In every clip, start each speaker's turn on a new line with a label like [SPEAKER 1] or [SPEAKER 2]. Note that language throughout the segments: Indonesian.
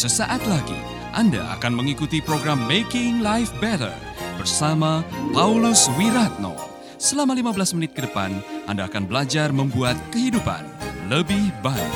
[SPEAKER 1] Sesaat lagi Anda akan mengikuti program Making Life Better bersama Paulus Wiratno. Selama 15 menit ke depan, Anda akan belajar membuat kehidupan lebih baik.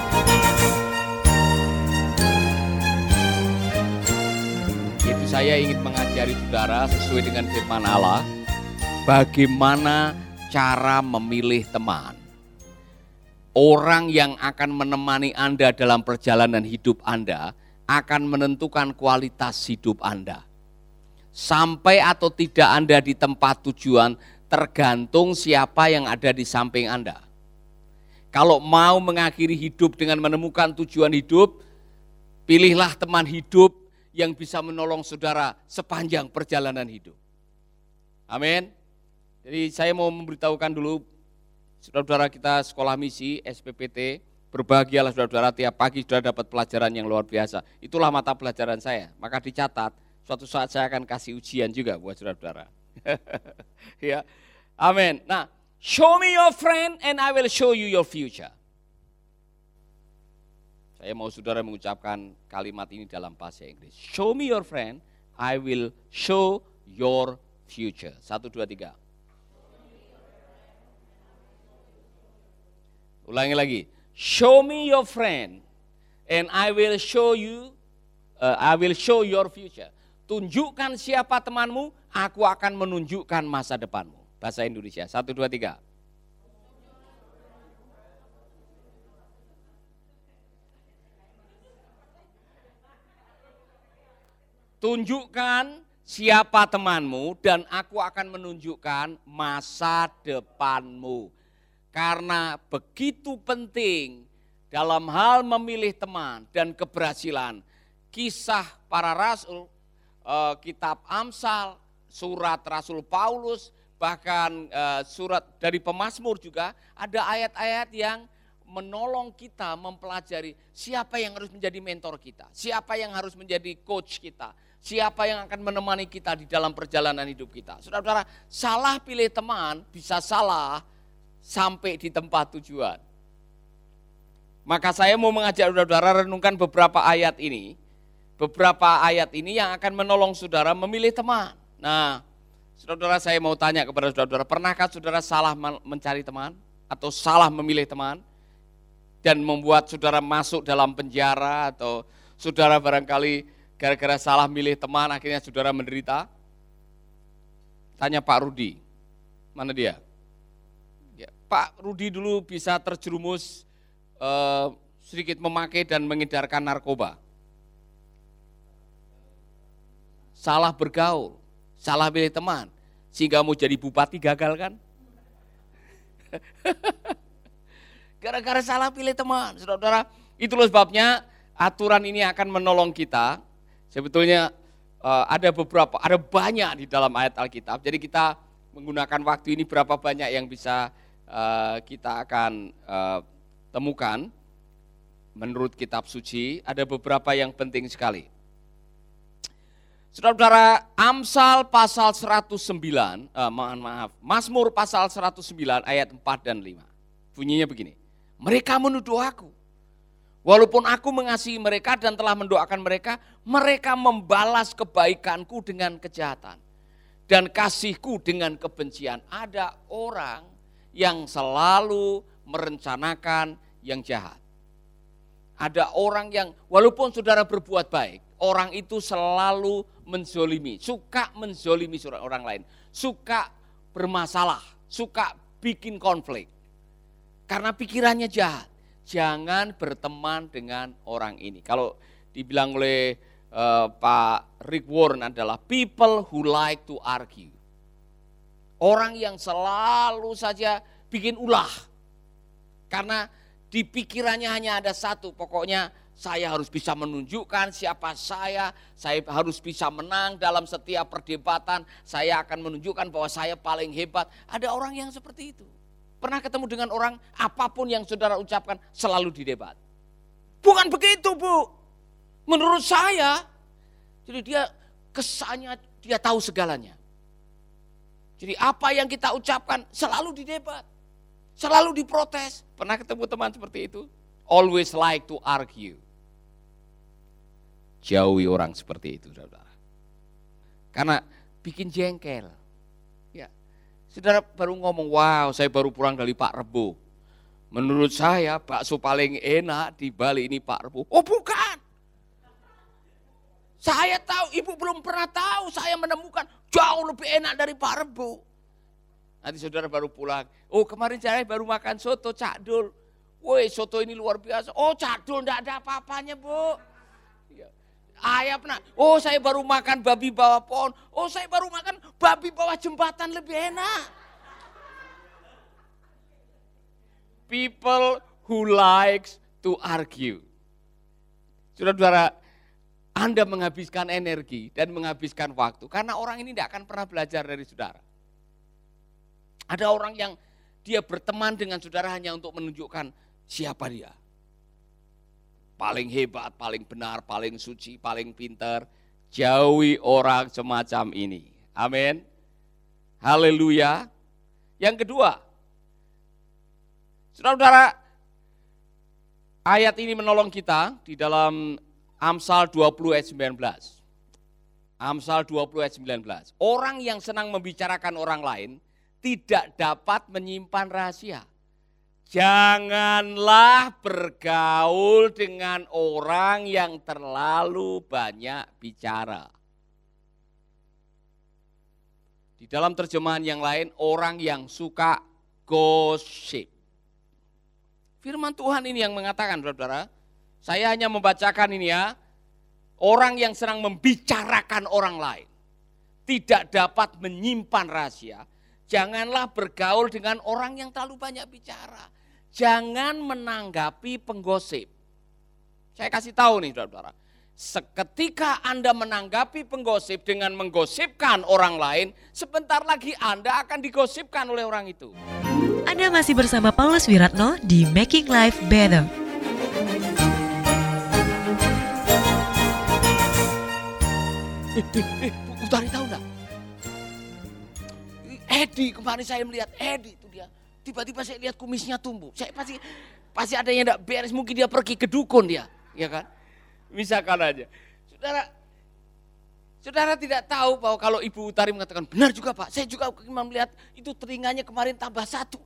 [SPEAKER 2] Itu saya ingin mengajari saudara sesuai dengan firman Allah, bagaimana cara memilih teman. Orang yang akan menemani Anda dalam perjalanan hidup Anda akan menentukan kualitas hidup Anda. Sampai atau tidak Anda di tempat tujuan tergantung siapa yang ada di samping Anda. Kalau mau mengakhiri hidup dengan menemukan tujuan hidup, pilihlah teman hidup yang bisa menolong saudara sepanjang perjalanan hidup. Amin. Jadi saya mau memberitahukan dulu, saudara-saudara kita sekolah misi, SPPT, berbahagialah saudara-saudara, tiap pagi saudara dapat pelajaran yang luar biasa. Itulah mata pelajaran saya, maka dicatat, suatu saat saya akan kasih ujian juga buat saudara-saudara. Ya, amin. Nah, show me your friend and I will show you your future. Saya mau saudara mengucapkan kalimat ini dalam bahasa Inggris. Show me your friend, I will show your future. 1, 2, 3. Ulangi lagi. Show me your friend and I will show you, I will show your future. Tunjukkan siapa temanmu, aku akan menunjukkan masa depanmu. Bahasa Indonesia. 1, 2, 3. Tunjukkan siapa temanmu dan aku akan menunjukkan masa depanmu. Karena begitu penting dalam hal memilih teman dan keberhasilan. Kisah para rasul, kitab Amsal, surat Rasul Paulus, bahkan surat dari Pemazmur juga ada ayat-ayat yang menolong kita mempelajari siapa yang harus menjadi mentor kita, siapa yang harus menjadi coach kita, siapa yang akan menemani kita di dalam perjalanan hidup kita. Saudara-saudara, salah pilih teman bisa salah sampai di tempat tujuan. Maka saya mau mengajak saudara-saudara renungkan beberapa ayat ini. Beberapa ayat ini yang akan menolong saudara memilih teman. Nah, saudara-saudara, saya mau tanya kepada saudara-saudara, pernahkah saudara salah mencari teman? Atau salah memilih teman? Dan membuat saudara masuk dalam penjara? Atau saudara barangkali gara-gara salah milih teman akhirnya saudara menderita? Tanya Pak Rudi, mana dia? Pak Rudi dulu bisa terjerumus sedikit memakai dan mengedarkan narkoba. Salah bergaul, salah pilih teman, sehingga mau jadi bupati gagal kan? Gara-gara salah pilih teman, saudara-saudara. Itulah sebabnya aturan ini akan menolong kita. Sebetulnya ada banyak di dalam ayat Alkitab. Jadi kita menggunakan waktu ini berapa banyak yang bisa kita akan temukan menurut kitab suci. Ada beberapa yang penting sekali. Saudara-saudara, Amsal pasal 109, Mazmur pasal 109 ayat 4 dan 5. Bunyinya begini, mereka menuduh aku, walaupun aku mengasihi mereka dan telah mendoakan mereka, mereka membalas kebaikanku dengan kejahatan dan kasihku dengan kebencian. Ada orang yang selalu merencanakan yang jahat. Ada orang yang walaupun saudara berbuat baik, orang itu selalu menzolimi, suka menzolimi orang lain, suka bermasalah, suka bikin konflik. Karena pikirannya jahat. Jangan berteman dengan orang ini. Kalau dibilang oleh Pak Rick Warren adalah people who like to argue. Orang yang selalu saja bikin ulah. Karena di pikirannya hanya ada satu, pokoknya saya harus bisa menunjukkan siapa saya harus bisa menang dalam setiap perdebatan, saya akan menunjukkan bahwa saya paling hebat. Ada orang yang seperti itu. Pernah ketemu dengan orang, apapun yang saudara ucapkan selalu didebat. Bukan begitu, Bu. Menurut saya, jadi dia kesannya dia tahu segalanya. Jadi apa yang kita ucapkan selalu didebat, selalu diprotes. Pernah ketemu teman seperti itu? Always like to argue. Jauhi orang seperti itu, saudara. Karena bikin jengkel. Ya. Saudara baru ngomong, wow saya baru pulang dari Pak Rebo. Menurut saya bakso paling enak di Bali ini Pak Rebo. Oh bukan. Saya tahu, ibu belum pernah tahu, saya menemukan jauh lebih enak dari Pak Rebo. Nanti saudara baru pulang, oh kemarin saya baru makan soto Cak Dul. Woi soto ini luar biasa. Oh Cak Dul enggak ada apa-apanya bu. Ayah pernah, oh saya baru makan babi bawah pohon, oh saya baru makan babi bawah jembatan lebih enak. People who likes to argue. Saudara-saudara, Anda menghabiskan energi dan menghabiskan waktu, karena orang ini tidak akan pernah belajar dari saudara. Ada orang yang dia berteman dengan saudara hanya untuk menunjukkan siapa dia. Paling hebat, paling benar, paling suci, paling pintar. Jauhi orang semacam ini. Amin. Haleluya. Yang kedua, saudara-saudara, ayat ini menolong kita di dalam Amsal 20 ayat 19. Amsal 20 ayat 19. Orang yang senang membicarakan orang lain tidak dapat menyimpan rahasia. Janganlah bergaul dengan orang yang terlalu banyak bicara. Di dalam terjemahan yang lain, orang yang suka gosip. Firman Tuhan ini yang mengatakan, saudara, saya hanya membacakan ini ya, orang yang senang membicarakan orang lain, tidak dapat menyimpan rahasia. Janganlah bergaul dengan orang yang terlalu banyak bicara. Jangan menanggapi penggosip. Saya kasih tahu nih saudara-saudara, seketika Anda menanggapi penggosip dengan menggosipkan orang lain, sebentar lagi Anda akan digosipkan oleh orang itu.
[SPEAKER 3] Anda masih bersama Paulus Wiratno di Making Life Better.
[SPEAKER 2] Utari tahu enggak? Edi, kemarin saya melihat Edi itu dia. Tiba-tiba saya lihat kumisnya tumbuh. Saya pasti ada yang enggak beres, mungkin dia pergi ke dukun dia, ya kan? Misalkan aja. Saudara tidak tahu bahwa kalau Ibu Utari mengatakan, benar juga Pak, saya juga melihat itu telinganya kemarin tambah 1.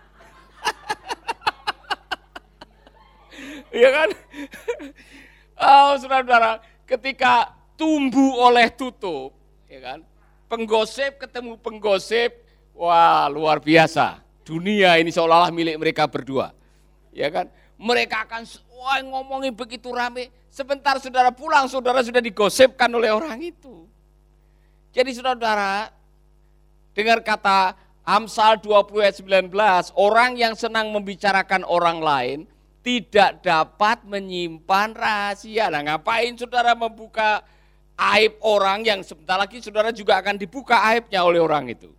[SPEAKER 2] Iya kan? Oh saudara-saudara, ketika tumbuh oleh tutup, ya kan? Penggosip ketemu penggosip, wah luar biasa. Dunia ini seolah-olah milik mereka berdua. Ya kan? Mereka akan ngomongin begitu rame, sebentar saudara pulang, saudara sudah digosipkan oleh orang itu. Jadi saudara-saudara, dengar kata Amsal 20 ayat 19, orang yang senang membicarakan orang lain tidak dapat menyimpan rahasia. Nah, ngapain saudara membuka aib orang yang sebentar lagi saudara juga akan dibuka aibnya oleh orang itu.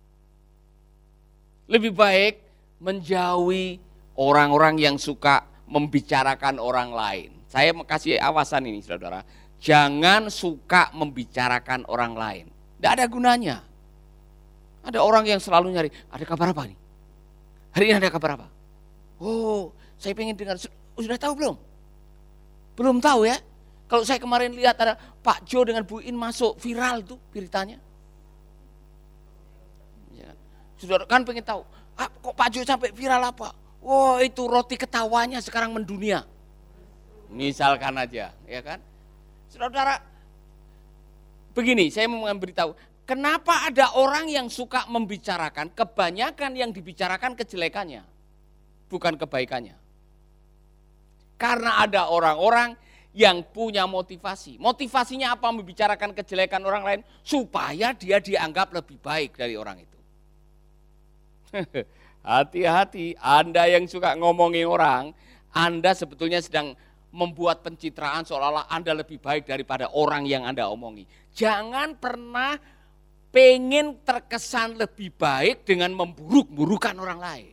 [SPEAKER 2] Lebih baik menjauhi orang-orang yang suka membicarakan orang lain. Saya mau kasih awasan ini saudara, jangan suka membicarakan orang lain. Tidak ada gunanya. Ada orang yang selalu nyari, ada kabar apa nih? Hari ini ada kabar apa? Oh, saya pengen dengar. Sudah tahu belum? Belum tahu ya? Kalau saya kemarin lihat ada Pak Jo dengan Bu In masuk viral tuh beritanya. Ya. Saudara kan pengen tahu, kok Pak Jo sampai viral apa? Wah itu roti ketawanya sekarang mendunia. Misalkan aja, ya kan? Saudara, begini saya mau memberitahu, kenapa ada orang yang suka membicarakan, kebanyakan yang dibicarakan kejelekannya, bukan kebaikannya. Karena ada orang-orang yang punya motivasi. Motivasinya apa membicarakan kejelekan orang lain? Supaya dia dianggap lebih baik dari orang itu. Hati-hati, Anda yang suka ngomongin orang, Anda sebetulnya sedang membuat pencitraan seolah-olah Anda lebih baik daripada orang yang Anda omongi. Jangan pernah pengen terkesan lebih baik dengan memburuk-burukan orang lain.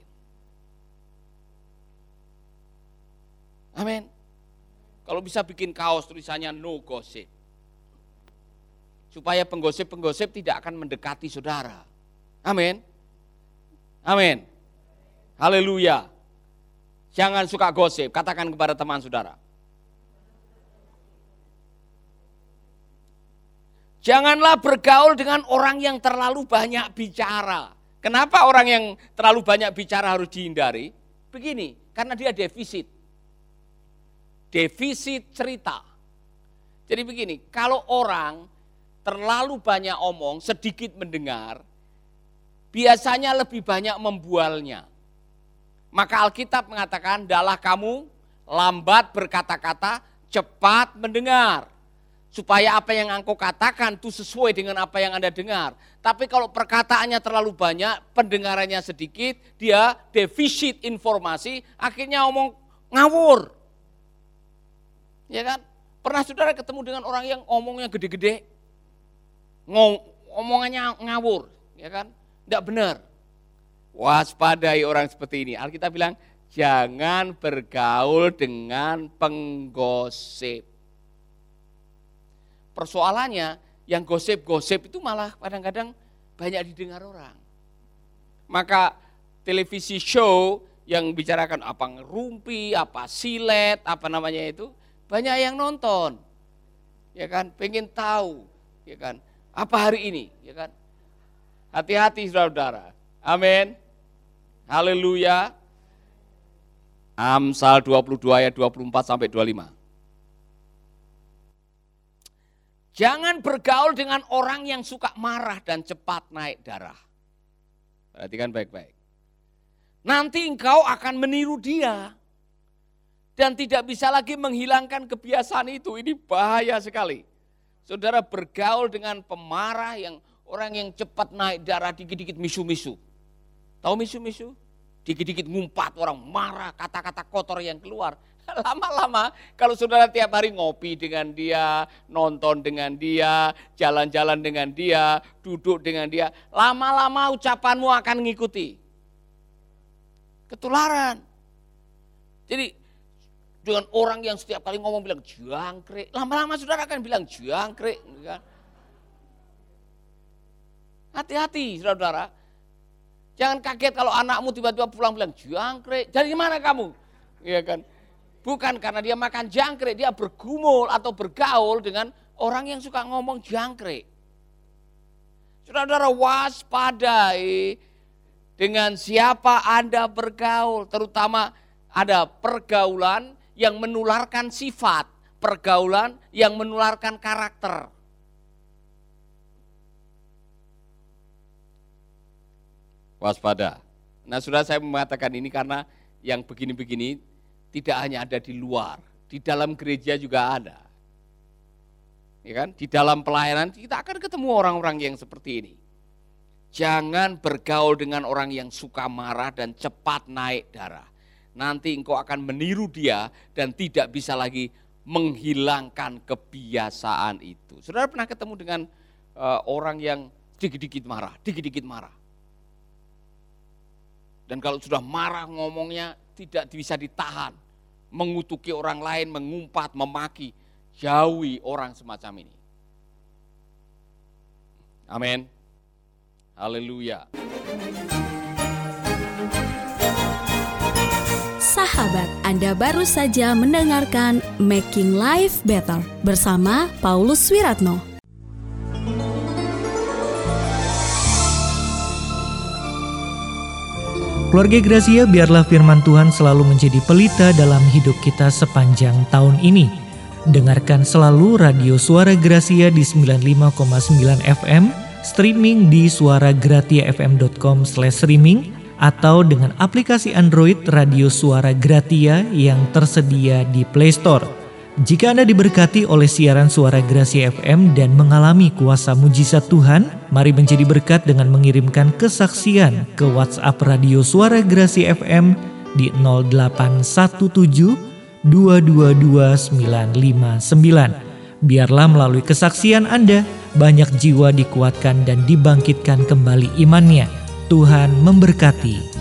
[SPEAKER 2] Amin. Kalau bisa bikin kaos tulisannya no gossip. Supaya penggosip-penggosip tidak akan mendekati saudara. Amin. Amin. Haleluya. Jangan suka gosip, katakan kepada teman saudara. Janganlah bergaul dengan orang yang terlalu banyak bicara. Kenapa orang yang terlalu banyak bicara harus dihindari? Begini, karena dia defisit. Defisit cerita. Jadi begini, kalau orang terlalu banyak omong, sedikit mendengar, biasanya lebih banyak membualnya. Maka Alkitab mengatakan, hendaklah kamu lambat berkata-kata, cepat mendengar. Supaya apa yang engkau katakan itu sesuai dengan apa yang Anda dengar. Tapi kalau perkataannya terlalu banyak, pendengarannya sedikit, dia defisit informasi, akhirnya omong ngawur. Ya kan? Pernah saudara ketemu dengan orang yang omongnya gede-gede? Omongannya ngawur, ya kan? Tidak benar. Waspadai orang seperti ini. Alkitab bilang, jangan bergaul dengan penggosip. Persoalannya, yang gosip-gosip itu malah kadang-kadang banyak didengar orang. Maka televisi show yang bicarakan apa ngerumpi, apa silet, apa namanya itu, banyak yang nonton. Ya kan, pengen tahu, ya kan, apa hari ini, ya kan. Hati-hati saudara-saudara. Amin. Haleluya. Amsal 22 ayat 24 sampai 25. Jangan bergaul dengan orang yang suka marah dan cepat naik darah. Perhatikan baik-baik. Nanti engkau akan meniru dia. Dan tidak bisa lagi menghilangkan kebiasaan itu. Ini bahaya sekali. Saudara bergaul dengan pemarah, yang orang yang cepat naik darah, dikit-dikit misu-misu. Tahu misu-misu? Dikit-dikit ngumpat, orang marah, kata-kata kotor yang keluar. Lama-lama kalau saudara tiap hari ngopi dengan dia, nonton dengan dia, jalan-jalan dengan dia, duduk dengan dia, lama-lama ucapanmu akan mengikuti. Ketularan. Jadi dengan orang yang setiap kali ngomong bilang jangkrik, lama-lama saudara akan bilang jangkrik. Hati-hati saudara. Jangan kaget kalau anakmu tiba-tiba pulang bilang jangkrik. Dari mana kamu? Iya kan? Bukan karena dia makan jangkrik, dia bergumul atau bergaul dengan orang yang suka ngomong jangkrik. Saudara-saudara, waspadai dengan siapa Anda bergaul. Terutama ada pergaulan yang menularkan sifat, pergaulan yang menularkan karakter. Waspada. Nah, saudara, saya mengatakan ini karena yang begini-begini tidak hanya ada di luar, di dalam gereja juga ada. Ya kan? Di dalam pelayanan kita akan ketemu orang-orang yang seperti ini. Jangan bergaul dengan orang yang suka marah dan cepat naik darah. Nanti engkau akan meniru dia dan tidak bisa lagi menghilangkan kebiasaan itu. Saudara pernah ketemu dengan orang yang dikit-dikit marah, dikit-dikit marah. Dan kalau sudah marah ngomongnya tidak bisa ditahan. Mengutuki orang lain, mengumpat, memaki. Jauhi orang semacam ini. Amin. Haleluya.
[SPEAKER 4] Sahabat, Anda baru saja mendengarkan Making Life Better bersama Paulus Wiratno.
[SPEAKER 5] Keluarga Gracia, biarlah firman Tuhan selalu menjadi pelita dalam hidup kita sepanjang tahun ini. Dengarkan selalu Radio Suara Gracia di 95,9 FM, streaming di suaragratiafm.com/streaming, atau dengan aplikasi Android Radio Suara Gratia yang tersedia di Play Store. Jika Anda diberkati oleh siaran Suara Gracia FM dan mengalami kuasa mujizat Tuhan, mari menjadi berkat dengan mengirimkan kesaksian ke WhatsApp Radio Suara Gracia FM di 0817 222 959. Biarlah melalui kesaksian Anda, banyak jiwa dikuatkan dan dibangkitkan kembali imannya. Tuhan memberkati.